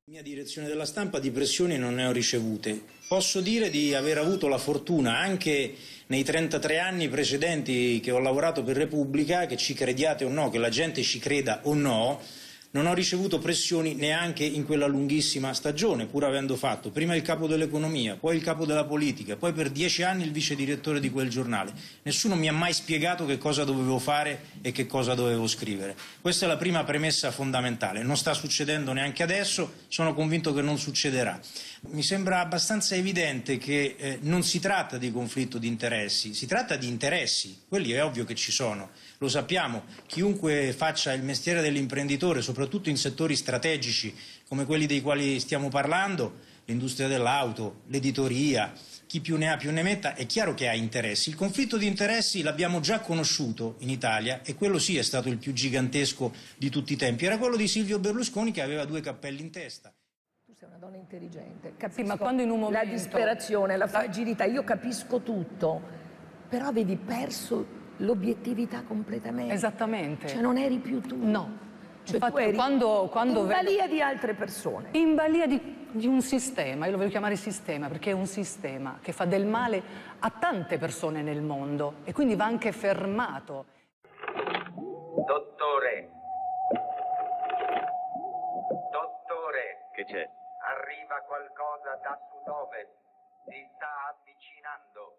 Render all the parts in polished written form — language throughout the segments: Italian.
Mia direzione della stampa di pressioni non ne ho ricevute. Posso dire di aver avuto la fortuna anche nei 33 anni precedenti che ho lavorato per Repubblica, che ci crediate o no, che la gente ci creda o no, non ho ricevuto pressioni neanche in quella lunghissima stagione, pur avendo fatto prima il capo dell'economia, poi il capo della politica, poi per 10 anni il vice direttore di quel giornale. Nessuno mi ha mai spiegato che cosa dovevo fare e che cosa dovevo scrivere. Questa è la prima premessa fondamentale. Non sta succedendo neanche adesso, sono convinto che non succederà. Mi sembra abbastanza evidente che non si tratta di conflitto di interessi, si tratta di interessi, quelli è ovvio che ci sono, lo sappiamo, chiunque faccia il mestiere dell'imprenditore, soprattutto in settori strategici come quelli dei quali stiamo parlando, l'industria dell'auto, l'editoria, chi più ne ha più ne metta, è chiaro che ha interessi. Il conflitto di interessi l'abbiamo già conosciuto in Italia e quello sì è stato il più gigantesco di tutti i tempi, era quello di Silvio Berlusconi che aveva 2 cappelli in testa. Sei una donna intelligente, capisco sì, ma quando in un momento... la disperazione, la fragilità, io capisco tutto, però avevi perso l'obiettività completamente. Esattamente. Cioè non eri più tu. No. Cioè Infatti, tu eri quando in balia di altre persone. In balia di un sistema, io lo voglio chiamare sistema perché è un sistema che fa del male a tante persone nel mondo e quindi va anche fermato. Dottore. Che c'è? Arriva qualcosa da sud-ovest, si sta avvicinando.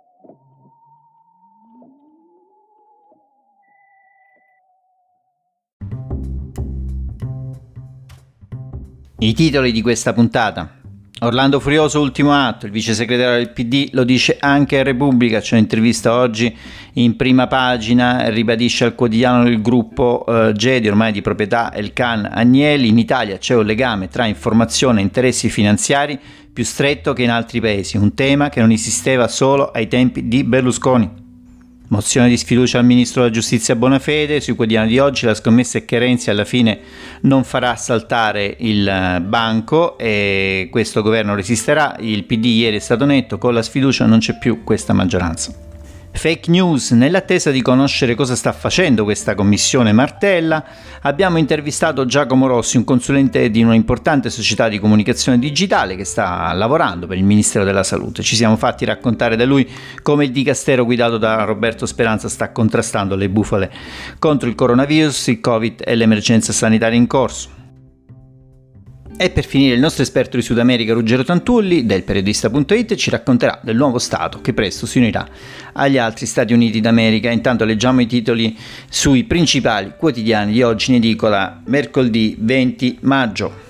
I titoli di questa puntata. Orlando Furioso, ultimo atto, il vice segretario del PD lo dice anche a Repubblica, c'è un'intervista oggi in prima pagina, ribadisce al quotidiano del gruppo Gedi, ormai di proprietà Elkann Agnelli, in Italia c'è un legame tra informazione e interessi finanziari più stretto che in altri paesi, un tema che non esisteva solo ai tempi di Berlusconi. Mozione di sfiducia al ministro della giustizia Bonafede, sui quotidiani di oggi la scommessa è che Renzi alla fine non farà saltare il banco e questo governo resisterà, il PD ieri è stato netto, con la sfiducia non c'è più questa maggioranza. Fake news, nell'attesa di conoscere cosa sta facendo questa commissione Martella, abbiamo intervistato Giacomo Rossi, un consulente di un'importante società di comunicazione digitale che sta lavorando per il Ministero della Salute. Ci siamo fatti raccontare da lui come il dicastero guidato da Roberto Speranza sta contrastando le bufale contro il coronavirus, il Covid e l'emergenza sanitaria in corso. E per finire il nostro esperto di Sud America Ruggero Tantulli del periodista.it ci racconterà del nuovo Stato che presto si unirà agli altri Stati Uniti d'America. Intanto leggiamo i titoli sui principali quotidiani di oggi in edicola mercoledì 20 maggio.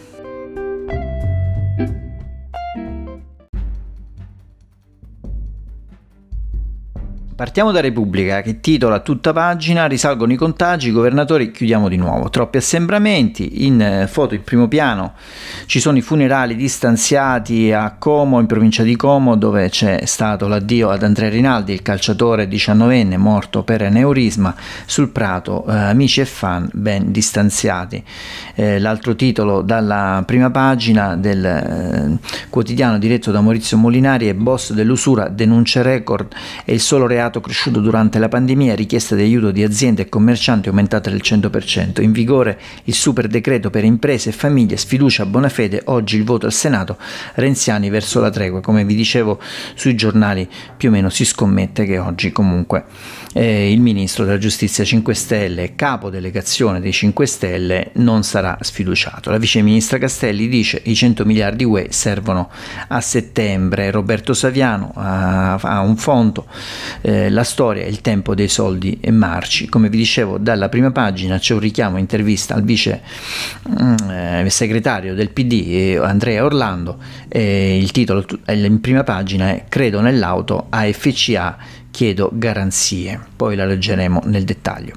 Partiamo da Repubblica che titola a tutta pagina: risalgono i contagi, i governatori chiudiamo di nuovo, troppi assembramenti. In foto in primo piano ci sono i funerali distanziati a Como, in provincia di Como, dove c'è stato l'addio ad Andrea Rinaldi, il calciatore 19enne morto per aneurisma. Sul prato amici e fan ben distanziati. L'altro titolo dalla prima pagina del quotidiano diretto da Maurizio Molinari è boss dell'usura, denuncia record e il solo reato cresciuto durante la pandemia, richiesta di aiuto di aziende e commercianti aumentata del 100%, in vigore il super decreto per imprese e famiglie, sfiducia a Bonafede, oggi il voto al Senato, renziani verso la tregua. Come vi dicevo sui giornali più o meno si scommette che oggi comunque il ministro della giustizia 5 Stelle, capo delegazione dei 5 Stelle, non sarà sfiduciato. La vice ministra Castelli dice i 100 miliardi UE servono a settembre. Roberto Saviano ha un fondo, la storia e il tempo dei soldi e marci. Come vi dicevo dalla prima pagina c'è un richiamo, intervista al vice segretario del PD Andrea Orlando, il titolo in prima pagina è credo nell'auto, AFCA chiedo garanzie, poi la leggeremo nel dettaglio.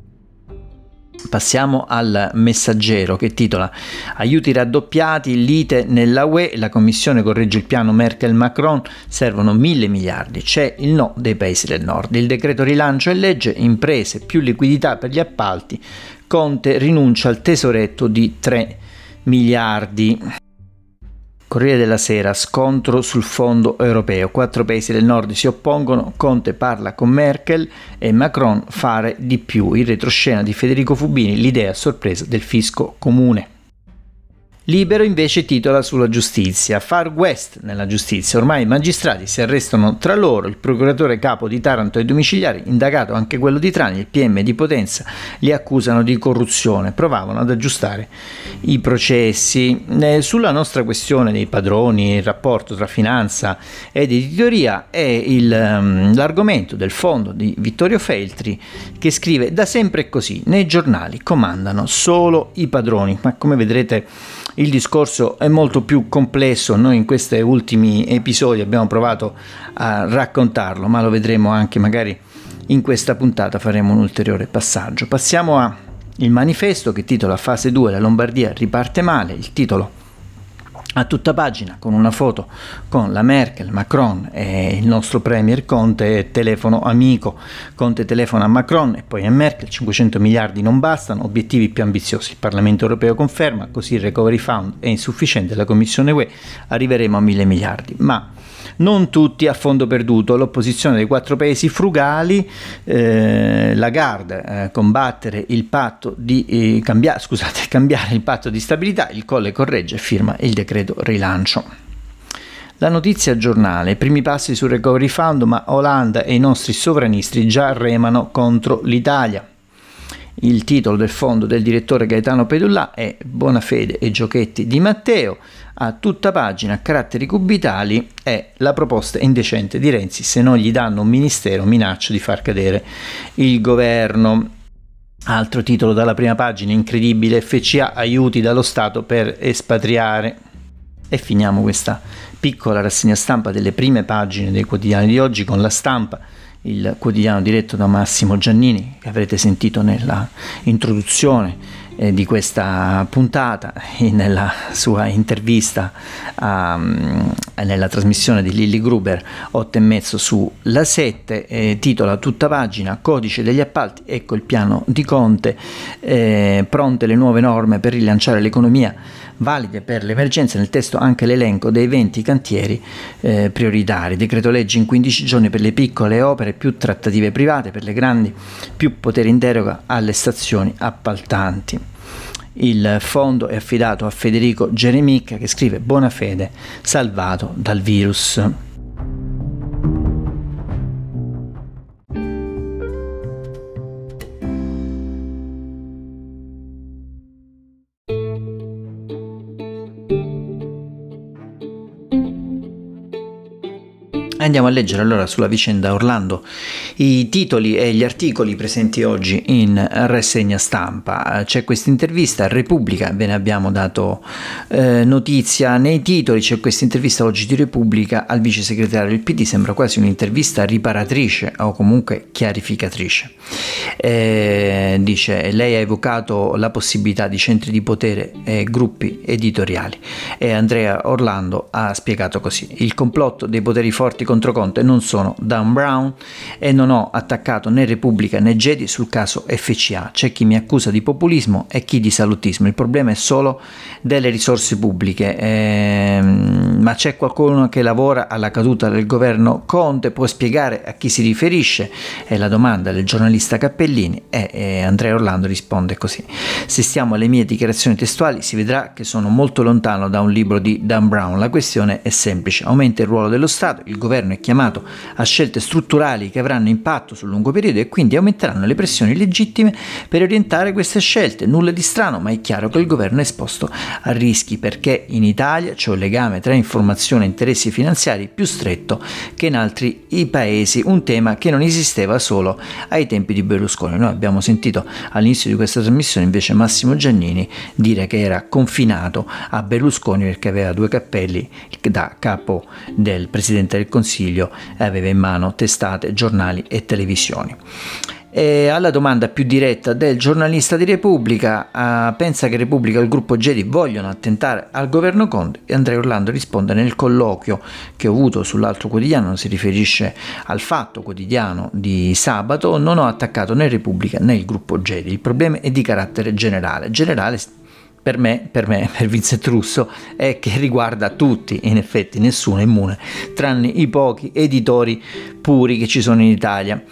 Passiamo al Messaggero che titola aiuti raddoppiati, lite nella UE, la commissione corregge il piano Merkel-Macron, servono 1.000 miliardi, c'è il no dei paesi del nord, il decreto rilancio è legge, imprese, più liquidità per gli appalti, Conte rinuncia al tesoretto di 3 miliardi. Corriere della Sera, scontro sul fondo europeo, 4 paesi del nord si oppongono, Conte parla con Merkel e Macron fare di più, il retroscena di Federico Fubini, l'idea a sorpresa del fisco comune. Libero invece titola sulla giustizia, Far West nella giustizia, ormai i magistrati si arrestano tra loro, il procuratore capo di Taranto ai domiciliari, indagato anche quello di Trani, il PM di Potenza, li accusano di corruzione, provavano ad aggiustare i processi. Sulla nostra questione dei padroni, il rapporto tra finanza ed editoria è l'argomento del fondo di Vittorio Feltri, che scrive: da sempre è così, nei giornali comandano solo i padroni, ma come vedrete il discorso è molto più complesso. Noi in questi ultimi episodi abbiamo provato a raccontarlo, ma lo vedremo anche magari in questa puntata, faremo un ulteriore passaggio. Passiamo al manifesto, che titola Fase 2, la Lombardia riparte male, il titolo a tutta pagina con una foto con la Merkel, Macron e il nostro premier Conte, telefono amico. Conte telefona a Macron e poi a Merkel: 500 miliardi non bastano, obiettivi più ambiziosi, il Parlamento europeo conferma, così il Recovery Fund è insufficiente, la Commissione UE, arriveremo a 1.000 miliardi. Ma non tutti a fondo perduto, l'opposizione dei 4 paesi frugali, Lagarde, combattere il patto di cambiare il patto di stabilità, il Colle corregge e firma il decreto rilancio. La notizia giornale: primi passi sul Recovery Fund, ma Hollande e i nostri sovranisti già remano contro l'Italia. Il titolo del fondo del direttore Gaetano Pedullà è Bonafede e giochetti di Matteo. A tutta pagina, caratteri cubitali, è la proposta indecente di Renzi: se non gli danno un ministero minaccia di far cadere il governo. Altro titolo dalla prima pagina: incredibile, FCA aiuti dallo Stato per espatriare. E finiamo questa piccola rassegna stampa delle prime pagine dei quotidiani di oggi con La Stampa, il quotidiano diretto da Massimo Giannini, che avrete sentito nella introduzione di questa puntata e nella sua intervista nella trasmissione di Lilli Gruber 8:30 su La 7, titola tutta pagina: codice degli appalti, ecco il piano di Conte, pronte le nuove norme per rilanciare l'economia, valide per l'emergenza, nel testo anche l'elenco dei 20 cantieri prioritari, decreto legge in 15 giorni per le piccole opere, più trattative private, per le grandi più potere in deroga alle stazioni appaltanti. Il fondo è affidato a Federico Geremicca, che scrive: Bonafede salvato dal virus. Andiamo a leggere allora sulla vicenda Orlando i titoli e gli articoli presenti oggi in rassegna stampa. C'è questa intervista a Repubblica, ve ne abbiamo dato notizia nei titoli. C'è questa intervista oggi di Repubblica al vice segretario del PD, sembra quasi un'intervista riparatrice o comunque chiarificatrice. Dice: lei ha evocato la possibilità di centri di potere e gruppi editoriali, e Andrea Orlando ha spiegato così: il complotto dei poteri forti contro Conte non sono Dan Brown e non ho attaccato né Repubblica né Gedi sul caso FCA. C'è chi mi accusa di populismo e chi di salutismo, il problema è solo delle risorse pubbliche, ma c'è qualcuno che lavora alla caduta del governo Conte, può spiegare a chi si riferisce? È la domanda del giornalista Cappellini, e Andrea Orlando risponde così: se stiamo alle mie dichiarazioni testuali si vedrà che sono molto lontano da un libro di Dan Brown. La questione è semplice: aumenta il ruolo dello Stato, il governo è chiamato a scelte strutturali che avranno impatto sul lungo periodo e quindi aumenteranno le pressioni legittime per orientare queste scelte. Nulla di strano, ma è chiaro che il governo è esposto a rischi, perché in Italia c'è un legame tra informazione e interessi finanziari più stretto che in altri paesi, un tema che non esisteva solo ai tempi di Berlusconi. Noi abbiamo sentito all'inizio di questa trasmissione invece Massimo Giannini dire che era confinato a Berlusconi perché aveva 2 cappelli da capo del Presidente del Consiglio e aveva in mano testate, giornali e televisioni. E alla domanda più diretta del giornalista di Repubblica, pensa che Repubblica e il gruppo Gedi vogliono attentare al governo Conte, e Andrea Orlando risponde: nel colloquio che ho avuto sull'altro quotidiano, si riferisce al Fatto Quotidiano di sabato, non ho attaccato né Repubblica né il gruppo Gedi, il problema è di carattere generale per me, per Vincent Russo, è che riguarda tutti, in effetti nessuno è immune, tranne i pochi editori puri che ci sono in Italia.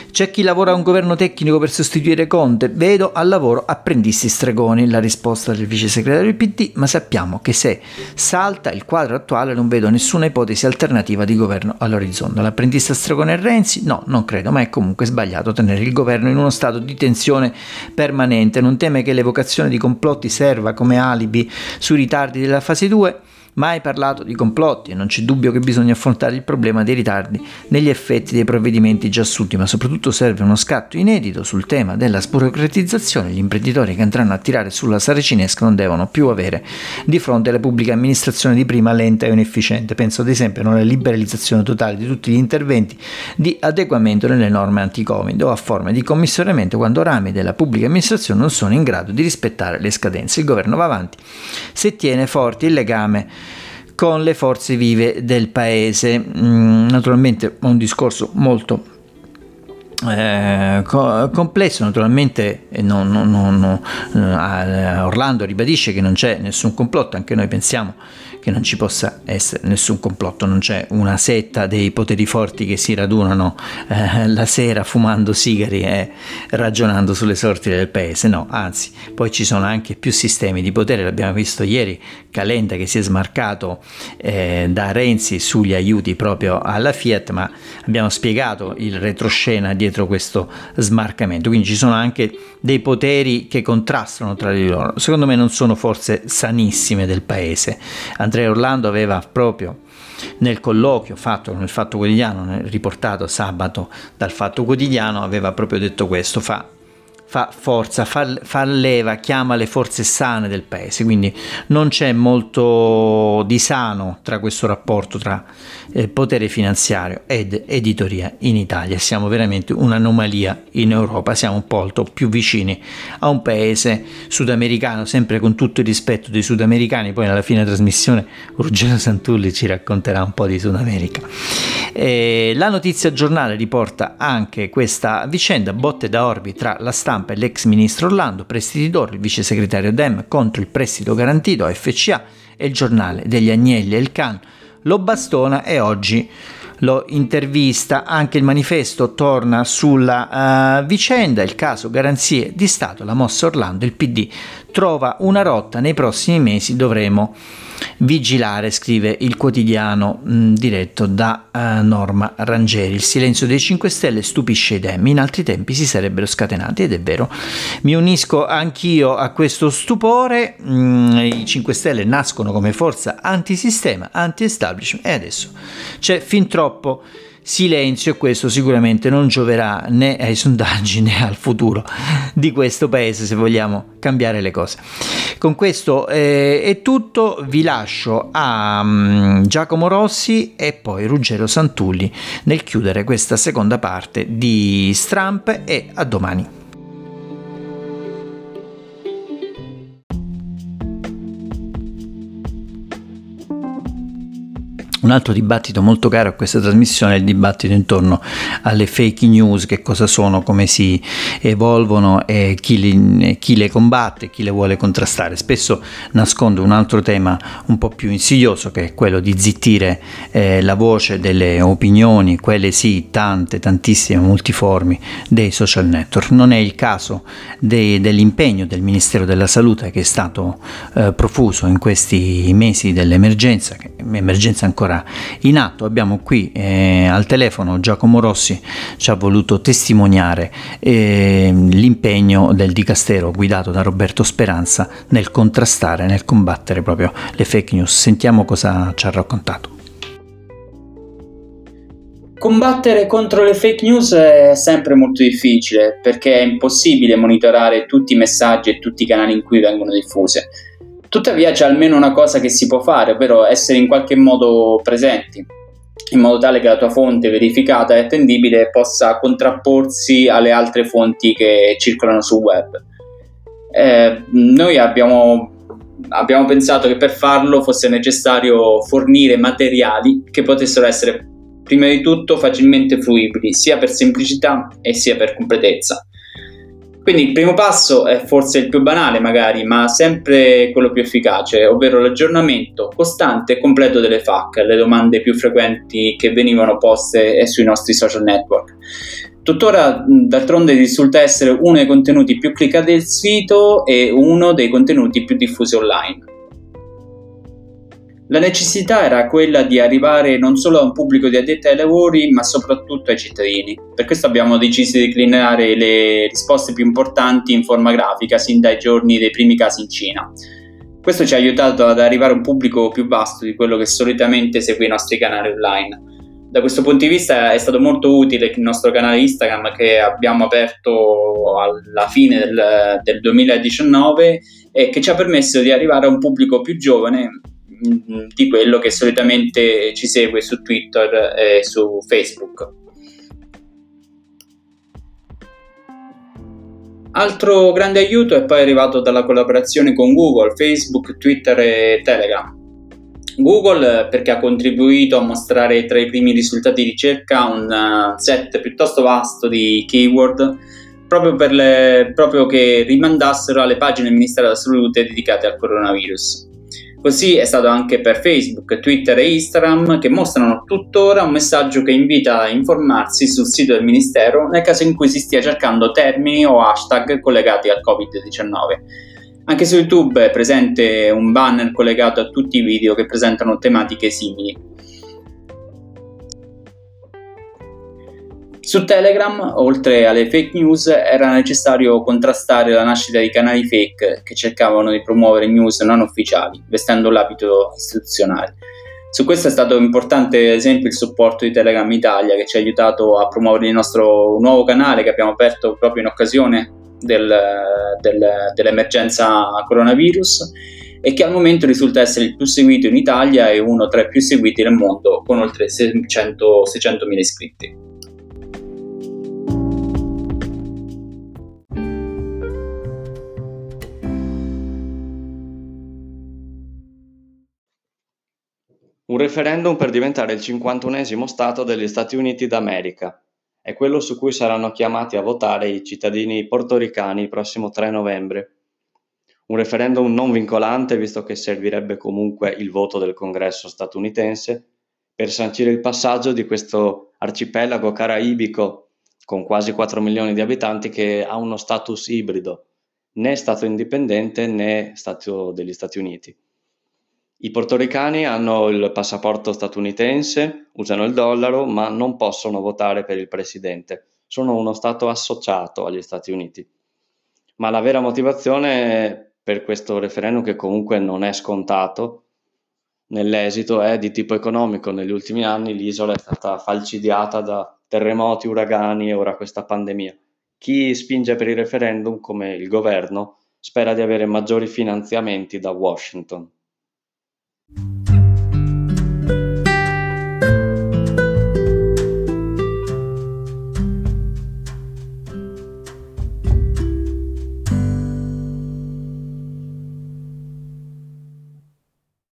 C'è chi lavora a un governo tecnico per sostituire Conte, vedo al lavoro apprendisti stregoni, la risposta del vice segretario del PD, ma sappiamo che se salta il quadro attuale non vedo nessuna ipotesi alternativa di governo all'orizzonte. L'apprendista stregone è Renzi? No, non credo, ma è comunque sbagliato tenere il governo in uno stato di tensione permanente. Non teme che l'evocazione di complotti serva come alibi sui ritardi della fase 2? Mai parlato di complotti e non c'è dubbio che bisogna affrontare il problema dei ritardi negli effetti dei provvedimenti già assunti, ma soprattutto serve uno scatto inedito sul tema della sburocratizzazione. Gli imprenditori che andranno a tirare sulla saracinesca non devono più avere di fronte alla pubblica amministrazione di prima lenta e inefficiente. Penso ad esempio alla liberalizzazione totale di tutti gli interventi di adeguamento nelle norme anti-Covid o a forme di commissariamento quando rami della pubblica amministrazione non sono in grado di rispettare le scadenze. Il governo va avanti se tiene forte il legame con le forze vive del paese. Naturalmente un discorso molto complesso, naturalmente Orlando ribadisce che non c'è nessun complotto, anche noi pensiamo che non ci possa essere nessun complotto, non c'è una setta dei poteri forti che si radunano la sera fumando sigari e ragionando sulle sorti del paese, no, anzi, poi ci sono anche più sistemi di potere, l'abbiamo visto ieri, Calenda che si è smarcato da Renzi sugli aiuti proprio alla Fiat, ma abbiamo spiegato il retroscena dietro questo smarcamento, quindi ci sono anche dei poteri che contrastano tra di loro, secondo me non sono forze sanissime del paese. Andrea Orlando aveva proprio nel colloquio fatto nel Fatto Quotidiano, riportato sabato dal Fatto Quotidiano, aveva proprio detto questo, fa forza, fa leva, chiama le forze sane del paese, quindi non c'è molto di sano tra questo rapporto tra potere finanziario ed editoria in Italia. Siamo veramente un'anomalia in Europa, siamo molto più vicini a un paese sudamericano, sempre con tutto il rispetto dei sudamericani. Poi alla fine della trasmissione Ruggero Santulli ci racconterà un po' di Sud America. La Notizia Giornale riporta anche questa vicenda, botte da orbi tra la stampa e l'ex ministro Orlando, prestiti d'oro, il vice segretario Dem contro il prestito garantito a FCA, e il giornale degli Agnelli e il Can lo bastona e oggi lo intervista. Anche il Manifesto torna sulla vicenda, il caso garanzie di Stato, la mossa Orlando, il PD trova una rotta, nei prossimi mesi dovremo vigilare, scrive il quotidiano diretto da Norma Rangeri. Il silenzio dei 5 Stelle stupisce i Dem, in altri tempi si sarebbero scatenati, ed è vero, mi unisco anch'io a questo stupore. I 5 Stelle nascono come forza antisistema, anti-establishment, e adesso c'è fin troppo silenzio, e questo sicuramente non gioverà né ai sondaggi né al futuro di questo paese se vogliamo cambiare le cose. Con questo è tutto, vi lascio a Giacomo Rossi e poi Ruggero Santulli nel chiudere questa seconda parte di Stramp, e a domani. Un altro dibattito molto caro a questa trasmissione è il dibattito intorno alle fake news, che cosa sono, come si evolvono e chi le combatte, chi le vuole contrastare. Spesso nasconde un altro tema un po' più insidioso, che è quello di zittire la voce delle opinioni, quelle sì, tantissime, multiformi, dei social network. Non è il caso dell'impegno del Ministero della Salute, che è stato profuso in questi mesi dell'emergenza, che emergenza ancora in atto. Abbiamo qui al telefono Giacomo Rossi, ci ha voluto testimoniare l'impegno del Dicastero guidato da Roberto Speranza nel contrastare, nel combattere proprio le fake news. Sentiamo cosa ci ha raccontato. Combattere contro le fake news è sempre molto difficile, perché è impossibile monitorare tutti i messaggi e tutti i canali in cui vengono diffuse. Tuttavia c'è almeno una cosa che si può fare, ovvero essere in qualche modo presenti, in modo tale che la tua fonte verificata e attendibile possa contrapporsi alle altre fonti che circolano sul web. Noi abbiamo pensato che per farlo fosse necessario fornire materiali che potessero essere prima di tutto facilmente fruibili, sia per semplicità e sia per completezza. Quindi il primo passo è forse il più banale magari, ma sempre quello più efficace, ovvero l'aggiornamento costante e completo delle FAQ, le domande più frequenti che venivano poste sui nostri social network. Tuttora, d'altronde, risulta essere uno dei contenuti più cliccati del sito e uno dei contenuti più diffusi online. La necessità era quella di arrivare non solo a un pubblico di addetti ai lavori, ma soprattutto ai cittadini. Per questo abbiamo deciso di declinare le risposte più importanti in forma grafica sin dai giorni dei primi casi in Cina. Questo ci ha aiutato ad arrivare a un pubblico più vasto di quello che solitamente segue i nostri canali online. Da questo punto di vista è stato molto utile il nostro canale Instagram, che abbiamo aperto alla fine del 2019 e che ci ha permesso di arrivare a un pubblico più giovane di quello che solitamente ci segue su Twitter e su Facebook. Altro grande aiuto è poi arrivato dalla collaborazione con Google, Facebook, Twitter e Telegram. Google perché ha contribuito a mostrare tra i primi risultati di ricerca un set piuttosto vasto di keyword proprio che rimandassero alle pagine del Ministero della Salute dedicate al coronavirus. Così è stato anche per Facebook, Twitter e Instagram, che mostrano tuttora un messaggio che invita a informarsi sul sito del Ministero nel caso in cui si stia cercando termini o hashtag collegati al Covid-19. Anche su YouTube è presente un banner collegato a tutti i video che presentano tematiche simili. Su Telegram, oltre alle fake news, era necessario contrastare la nascita di canali fake che cercavano di promuovere news non ufficiali, vestendo l'abito istituzionale. Su questo è stato importante, ad esempio, il supporto di Telegram Italia, che ci ha aiutato a promuovere il nostro nuovo canale che abbiamo aperto proprio in occasione dell'emergenza coronavirus e che al momento risulta essere il più seguito in Italia e uno tra i più seguiti nel mondo, con oltre 600.000 iscritti. Un referendum per diventare il 51esimo Stato degli Stati Uniti d'America. È quello su cui saranno chiamati a votare i cittadini portoricani il prossimo 3 novembre. Un referendum non vincolante, visto che servirebbe comunque il voto del Congresso statunitense, per sancire il passaggio di questo arcipelago caraibico con quasi 4 milioni di abitanti che ha uno status ibrido, né Stato indipendente né Stato degli Stati Uniti. I portoricani hanno il passaporto statunitense, usano il dollaro, ma non possono votare per il presidente. Sono uno Stato associato agli Stati Uniti. Ma la vera motivazione per questo referendum, che comunque non è scontato, nell'esito è di tipo economico. Negli ultimi anni l'isola è stata falcidiata da terremoti, uragani e ora questa pandemia. Chi spinge per il referendum, come il governo, spera di avere maggiori finanziamenti da Washington.